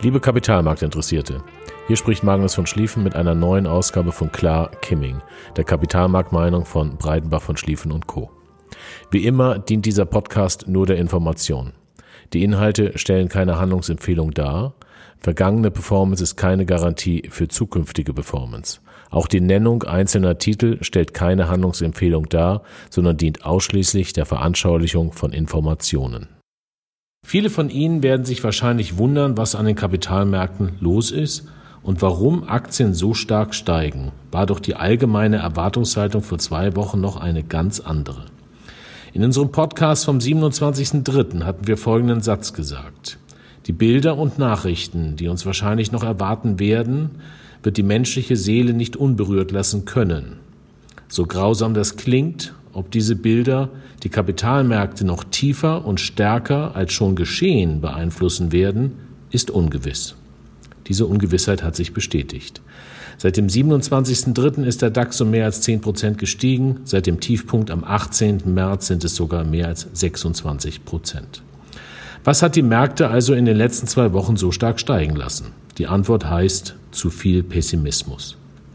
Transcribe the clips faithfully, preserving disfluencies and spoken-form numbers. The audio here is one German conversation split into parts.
Liebe Kapitalmarktinteressierte, hier spricht Magnus von Schlieffen mit einer neuen Ausgabe von Klar Kimming, der Kapitalmarktmeinung von Breidenbach von Schlieffen und Co. Wie immer dient dieser Podcast nur der Information. Die Inhalte stellen keine Handlungsempfehlung dar. Vergangene Performance ist keine Garantie für zukünftige Performance. Auch die Nennung einzelner Titel stellt keine Handlungsempfehlung dar, sondern dient ausschließlich der Veranschaulichung von Informationen. Viele von Ihnen werden sich wahrscheinlich wundern, was an den Kapitalmärkten los ist und warum Aktien so stark steigen. War doch die allgemeine Erwartungshaltung vor zwei Wochen noch eine ganz andere. In unserem Podcast vom siebenundzwanzigsten dritten hatten wir folgenden Satz gesagt. Die Bilder und Nachrichten, die uns wahrscheinlich noch erwarten werden, wird die menschliche Seele nicht unberührt lassen können. So grausam das klingt, ob diese Bilder die Kapitalmärkte noch tiefer und stärker als schon geschehen beeinflussen werden, ist ungewiss. Diese Ungewissheit hat sich bestätigt. Seit dem siebenundzwanzigsten dritten ist der DAX um mehr als zehn Prozent gestiegen, seit dem Tiefpunkt am achtzehnten März sind es sogar mehr als sechsundzwanzig Prozent. Was hat die Märkte also in den letzten zwei Wochen so stark steigen lassen? Die Antwort heißt zu viel Pessimismus.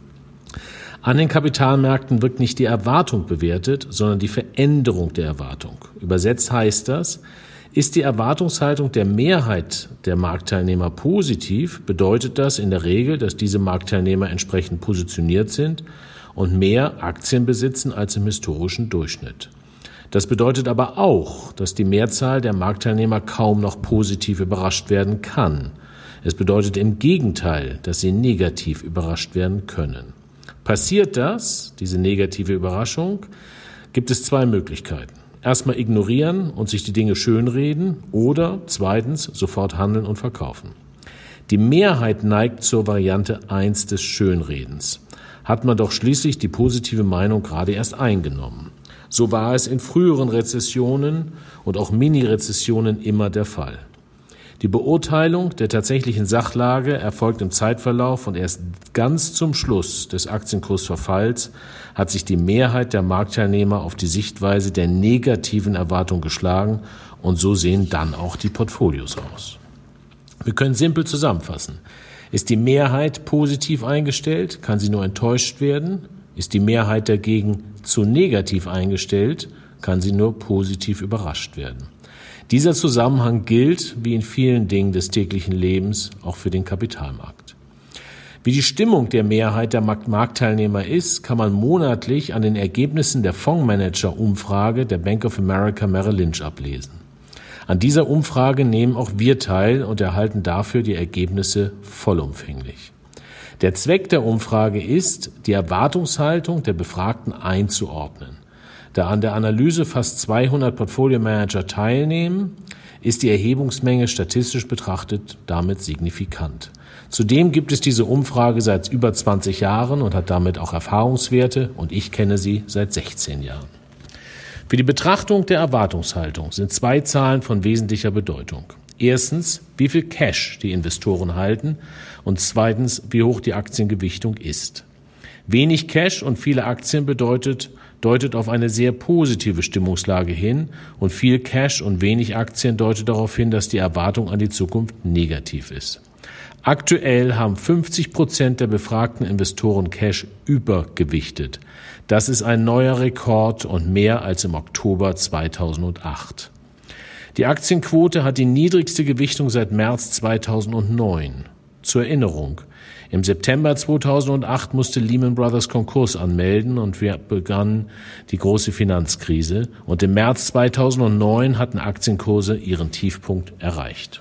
An den Kapitalmärkten wird nicht die Erwartung bewertet, sondern die Veränderung der Erwartung. Übersetzt heißt das, ist die Erwartungshaltung der Mehrheit der Marktteilnehmer positiv, bedeutet das in der Regel, dass diese Marktteilnehmer entsprechend positioniert sind und mehr Aktien besitzen als im historischen Durchschnitt. Das bedeutet aber auch, dass die Mehrzahl der Marktteilnehmer kaum noch positiv überrascht werden kann. Es bedeutet im Gegenteil, dass sie negativ überrascht werden können. Passiert das, diese negative Überraschung, gibt es zwei Möglichkeiten. Erstmal ignorieren und sich die Dinge schönreden oder zweitens sofort handeln und verkaufen. Die Mehrheit neigt zur Variante eins des Schönredens. Hat man doch schließlich die positive Meinung gerade erst eingenommen. So war es in früheren Rezessionen und auch Mini-Rezessionen immer der Fall. Die Beurteilung der tatsächlichen Sachlage erfolgt im Zeitverlauf und erst ganz zum Schluss des Aktienkursverfalls hat sich die Mehrheit der Marktteilnehmer auf die Sichtweise der negativen Erwartung geschlagen und so sehen dann auch die Portfolios aus. Wir können simpel zusammenfassen. Ist die Mehrheit positiv eingestellt, kann sie nur enttäuscht werden. Ist die Mehrheit dagegen zu negativ eingestellt, kann sie nur positiv überrascht werden. Dieser Zusammenhang gilt, wie in vielen Dingen des täglichen Lebens, auch für den Kapitalmarkt. Wie die Stimmung der Mehrheit der Marktteilnehmer ist, kann man monatlich an den Ergebnissen der Fondsmanager-Umfrage der Bank of America Merrill Lynch ablesen. An dieser Umfrage nehmen auch wir teil und erhalten dafür die Ergebnisse vollumfänglich. Der Zweck der Umfrage ist, die Erwartungshaltung der Befragten einzuordnen. Da an der Analyse fast zweihundert Portfolio-Manager teilnehmen, ist die Erhebungsmenge statistisch betrachtet damit signifikant. Zudem gibt es diese Umfrage seit über zwanzig Jahren und hat damit auch Erfahrungswerte und ich kenne sie seit sechzehn Jahren. Für die Betrachtung der Erwartungshaltung sind zwei Zahlen von wesentlicher Bedeutung. Erstens, wie viel Cash die Investoren halten und zweitens, wie hoch die Aktiengewichtung ist. Wenig Cash und viele Aktien bedeutet, deutet auf eine sehr positive Stimmungslage hin und viel Cash und wenig Aktien deutet darauf hin, dass die Erwartung an die Zukunft negativ ist. Aktuell haben fünfzig Prozent der befragten Investoren Cash übergewichtet. Das ist ein neuer Rekord und mehr als im Oktober zweitausendacht. Die Aktienquote hat die niedrigste Gewichtung seit März zweitausendneun. Zur Erinnerung, im September zweitausendacht musste Lehman Brothers Konkurs anmelden und wir begannen die große Finanzkrise und im März zweitausendneun hatten Aktienkurse ihren Tiefpunkt erreicht.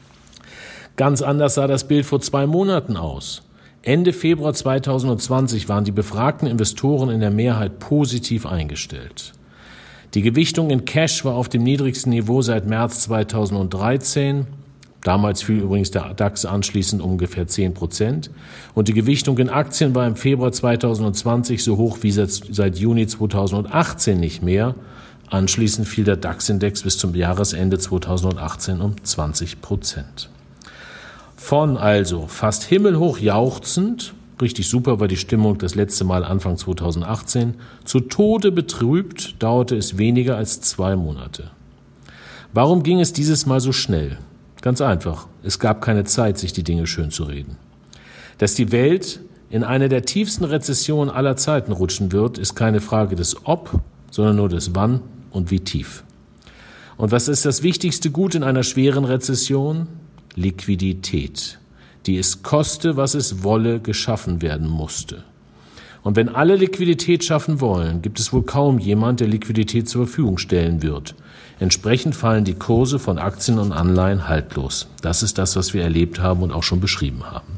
Ganz anders sah das Bild vor zwei Monaten aus. Ende Februar zweitausendzwanzig waren die befragten Investoren in der Mehrheit positiv eingestellt. Die Gewichtung in Cash war auf dem niedrigsten Niveau seit März zweitausenddreizehn. Damals fiel übrigens der DAX anschließend um ungefähr zehn Prozent. Und die Gewichtung in Aktien war im Februar zweitausendzwanzig so hoch wie seit Juni zweitausendachtzehn nicht mehr. Anschließend fiel der DAX-Index bis zum Jahresende zweitausendachtzehn um zwanzig Prozent. Von also fast himmelhoch jauchzend, richtig super war die Stimmung das letzte Mal Anfang zweitausendachtzehn, zu Tode betrübt dauerte es weniger als zwei Monate. Warum ging es dieses Mal so schnell? Ganz einfach. Es gab keine Zeit, sich die Dinge schön zu reden. Dass die Welt in eine der tiefsten Rezessionen aller Zeiten rutschen wird, ist keine Frage des Ob, sondern nur des Wann und wie tief. Und was ist das wichtigste Gut in einer schweren Rezession? Liquidität, die es koste, was es wolle, geschaffen werden musste. Und wenn alle Liquidität schaffen wollen, gibt es wohl kaum jemand, der Liquidität zur Verfügung stellen wird. Entsprechend fallen die Kurse von Aktien und Anleihen haltlos. Das ist das, was wir erlebt haben und auch schon beschrieben haben.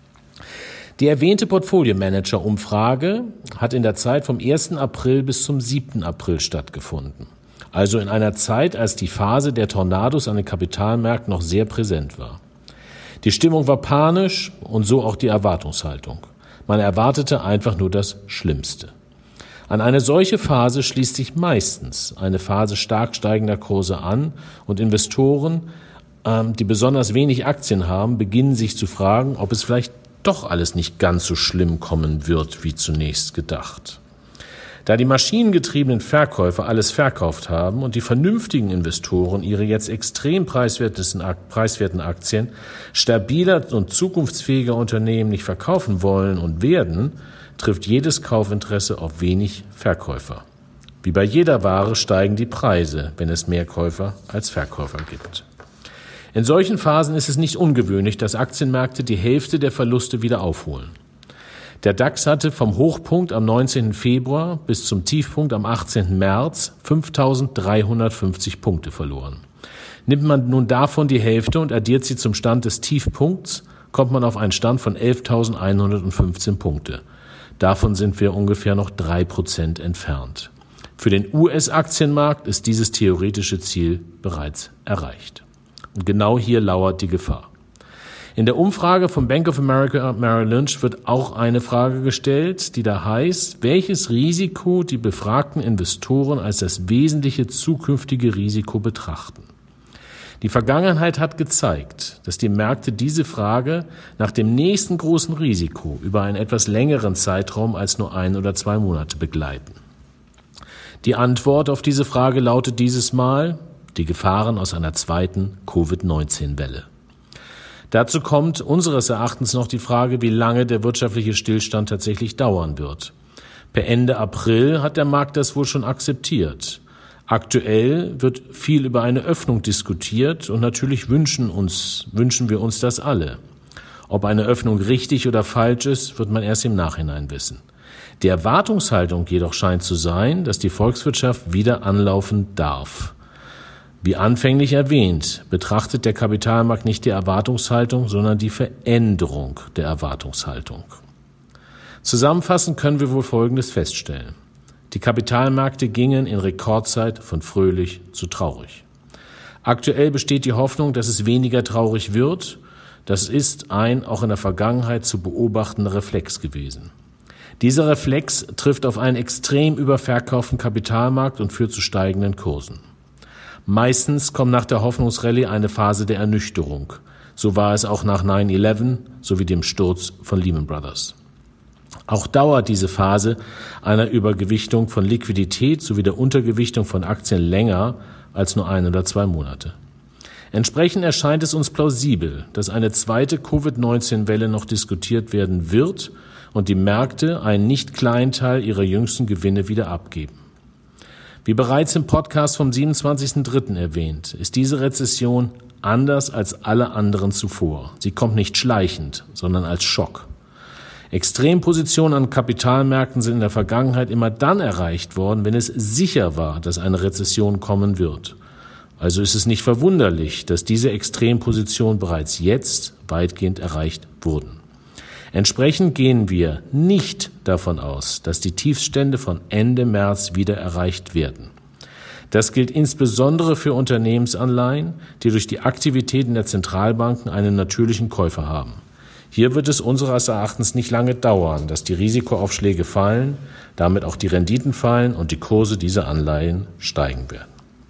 Die erwähnte Portfolio-Manager-Umfrage hat in der Zeit vom ersten April bis zum siebten April stattgefunden. Also in einer Zeit, als die Phase der Tornados an den Kapitalmärkten noch sehr präsent war. Die Stimmung war panisch und so auch die Erwartungshaltung. Man erwartete einfach nur das Schlimmste. An eine solche Phase schließt sich meistens eine Phase stark steigender Kurse an und Investoren, ähm, die besonders wenig Aktien haben, beginnen sich zu fragen, ob es vielleicht doch alles nicht ganz so schlimm kommen wird, wie zunächst gedacht. Da die maschinengetriebenen Verkäufer alles verkauft haben und die vernünftigen Investoren ihre jetzt extrem preiswerten Aktien stabiler und zukunftsfähiger Unternehmen nicht verkaufen wollen und werden, trifft jedes Kaufinteresse auf wenig Verkäufer. Wie bei jeder Ware steigen die Preise, wenn es mehr Käufer als Verkäufer gibt. In solchen Phasen ist es nicht ungewöhnlich, dass Aktienmärkte die Hälfte der Verluste wieder aufholen. Der DAX hatte vom Hochpunkt am neunzehnten Februar bis zum Tiefpunkt am achtzehnten März fünftausenddreihundertfünfzig Punkte verloren. Nimmt man nun davon die Hälfte und addiert sie zum Stand des Tiefpunkts, kommt man auf einen Stand von elftausendeinhundertfünfzehn Punkte. Davon sind wir ungefähr noch drei Prozent entfernt. Für den U S-Aktienmarkt ist dieses theoretische Ziel bereits erreicht. Und genau hier lauert die Gefahr. In der Umfrage von Bank of America Merrill Lynch wird auch eine Frage gestellt, die da heißt, welches Risiko die befragten Investoren als das wesentliche zukünftige Risiko betrachten. Die Vergangenheit hat gezeigt, dass die Märkte diese Frage nach dem nächsten großen Risiko über einen etwas längeren Zeitraum als nur ein oder zwei Monate begleiten. Die Antwort auf diese Frage lautet dieses Mal die Gefahren aus einer zweiten Covid neunzehn Welle. Dazu kommt unseres Erachtens noch die Frage, wie lange der wirtschaftliche Stillstand tatsächlich dauern wird. Per Ende April hat der Markt das wohl schon akzeptiert. Aktuell wird viel über eine Öffnung diskutiert und natürlich wünschen uns, wünschen wir uns das alle. Ob eine Öffnung richtig oder falsch ist, wird man erst im Nachhinein wissen. Die Erwartungshaltung jedoch scheint zu sein, dass die Volkswirtschaft wieder anlaufen darf. Wie anfänglich erwähnt, betrachtet der Kapitalmarkt nicht die Erwartungshaltung, sondern die Veränderung der Erwartungshaltung. Zusammenfassend können wir wohl Folgendes feststellen. Die Kapitalmärkte gingen in Rekordzeit von fröhlich zu traurig. Aktuell besteht die Hoffnung, dass es weniger traurig wird. Das ist ein auch in der Vergangenheit zu beobachtender Reflex gewesen. Dieser Reflex trifft auf einen extrem überverkauften Kapitalmarkt und führt zu steigenden Kursen. Meistens kommt nach der Hoffnungsrallye eine Phase der Ernüchterung. So war es auch nach nine eleven sowie dem Sturz von Lehman Brothers. Auch dauert diese Phase einer Übergewichtung von Liquidität sowie der Untergewichtung von Aktien länger als nur ein oder zwei Monate. Entsprechend erscheint es uns plausibel, dass eine zweite Covid neunzehn Welle noch diskutiert werden wird und die Märkte einen nicht kleinen Teil ihrer jüngsten Gewinne wieder abgeben. Wie bereits im Podcast vom siebenundzwanzigsten dritten erwähnt, ist diese Rezession anders als alle anderen zuvor. Sie kommt nicht schleichend, sondern als Schock. Extrempositionen an Kapitalmärkten sind in der Vergangenheit immer dann erreicht worden, wenn es sicher war, dass eine Rezession kommen wird. Also ist es nicht verwunderlich, dass diese Extrempositionen bereits jetzt weitgehend erreicht wurden. Entsprechend gehen wir nicht davon aus, dass die Tiefststände von Ende März wieder erreicht werden. Das gilt insbesondere für Unternehmensanleihen, die durch die Aktivitäten der Zentralbanken einen natürlichen Käufer haben. Hier wird es unseres Erachtens nicht lange dauern, dass die Risikoaufschläge fallen, damit auch die Renditen fallen und die Kurse dieser Anleihen steigen werden.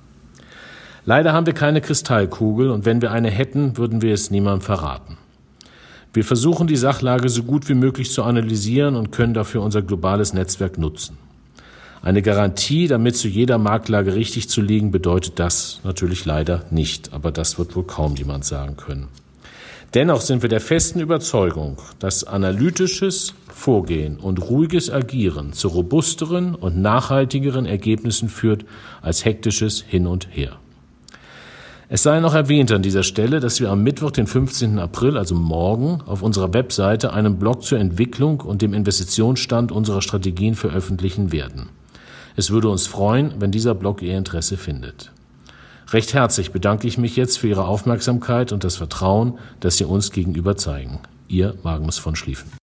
Leider haben wir keine Kristallkugel und wenn wir eine hätten, würden wir es niemandem verraten. Wir versuchen, die Sachlage so gut wie möglich zu analysieren und können dafür unser globales Netzwerk nutzen. Eine Garantie, damit zu jeder Marktlage richtig zu liegen, bedeutet das natürlich leider nicht. Aber das wird wohl kaum jemand sagen können. Dennoch sind wir der festen Überzeugung, dass analytisches Vorgehen und ruhiges Agieren zu robusteren und nachhaltigeren Ergebnissen führt als hektisches Hin und Her. Es sei noch erwähnt an dieser Stelle, dass wir am Mittwoch, den fünfzehnten April, also morgen, auf unserer Webseite einen Blog zur Entwicklung und dem Investitionsstand unserer Strategien veröffentlichen werden. Es würde uns freuen, wenn dieser Blog Ihr Interesse findet. Recht herzlich bedanke ich mich jetzt für Ihre Aufmerksamkeit und das Vertrauen, das Sie uns gegenüber zeigen. Ihr Magnus von Schlieffen.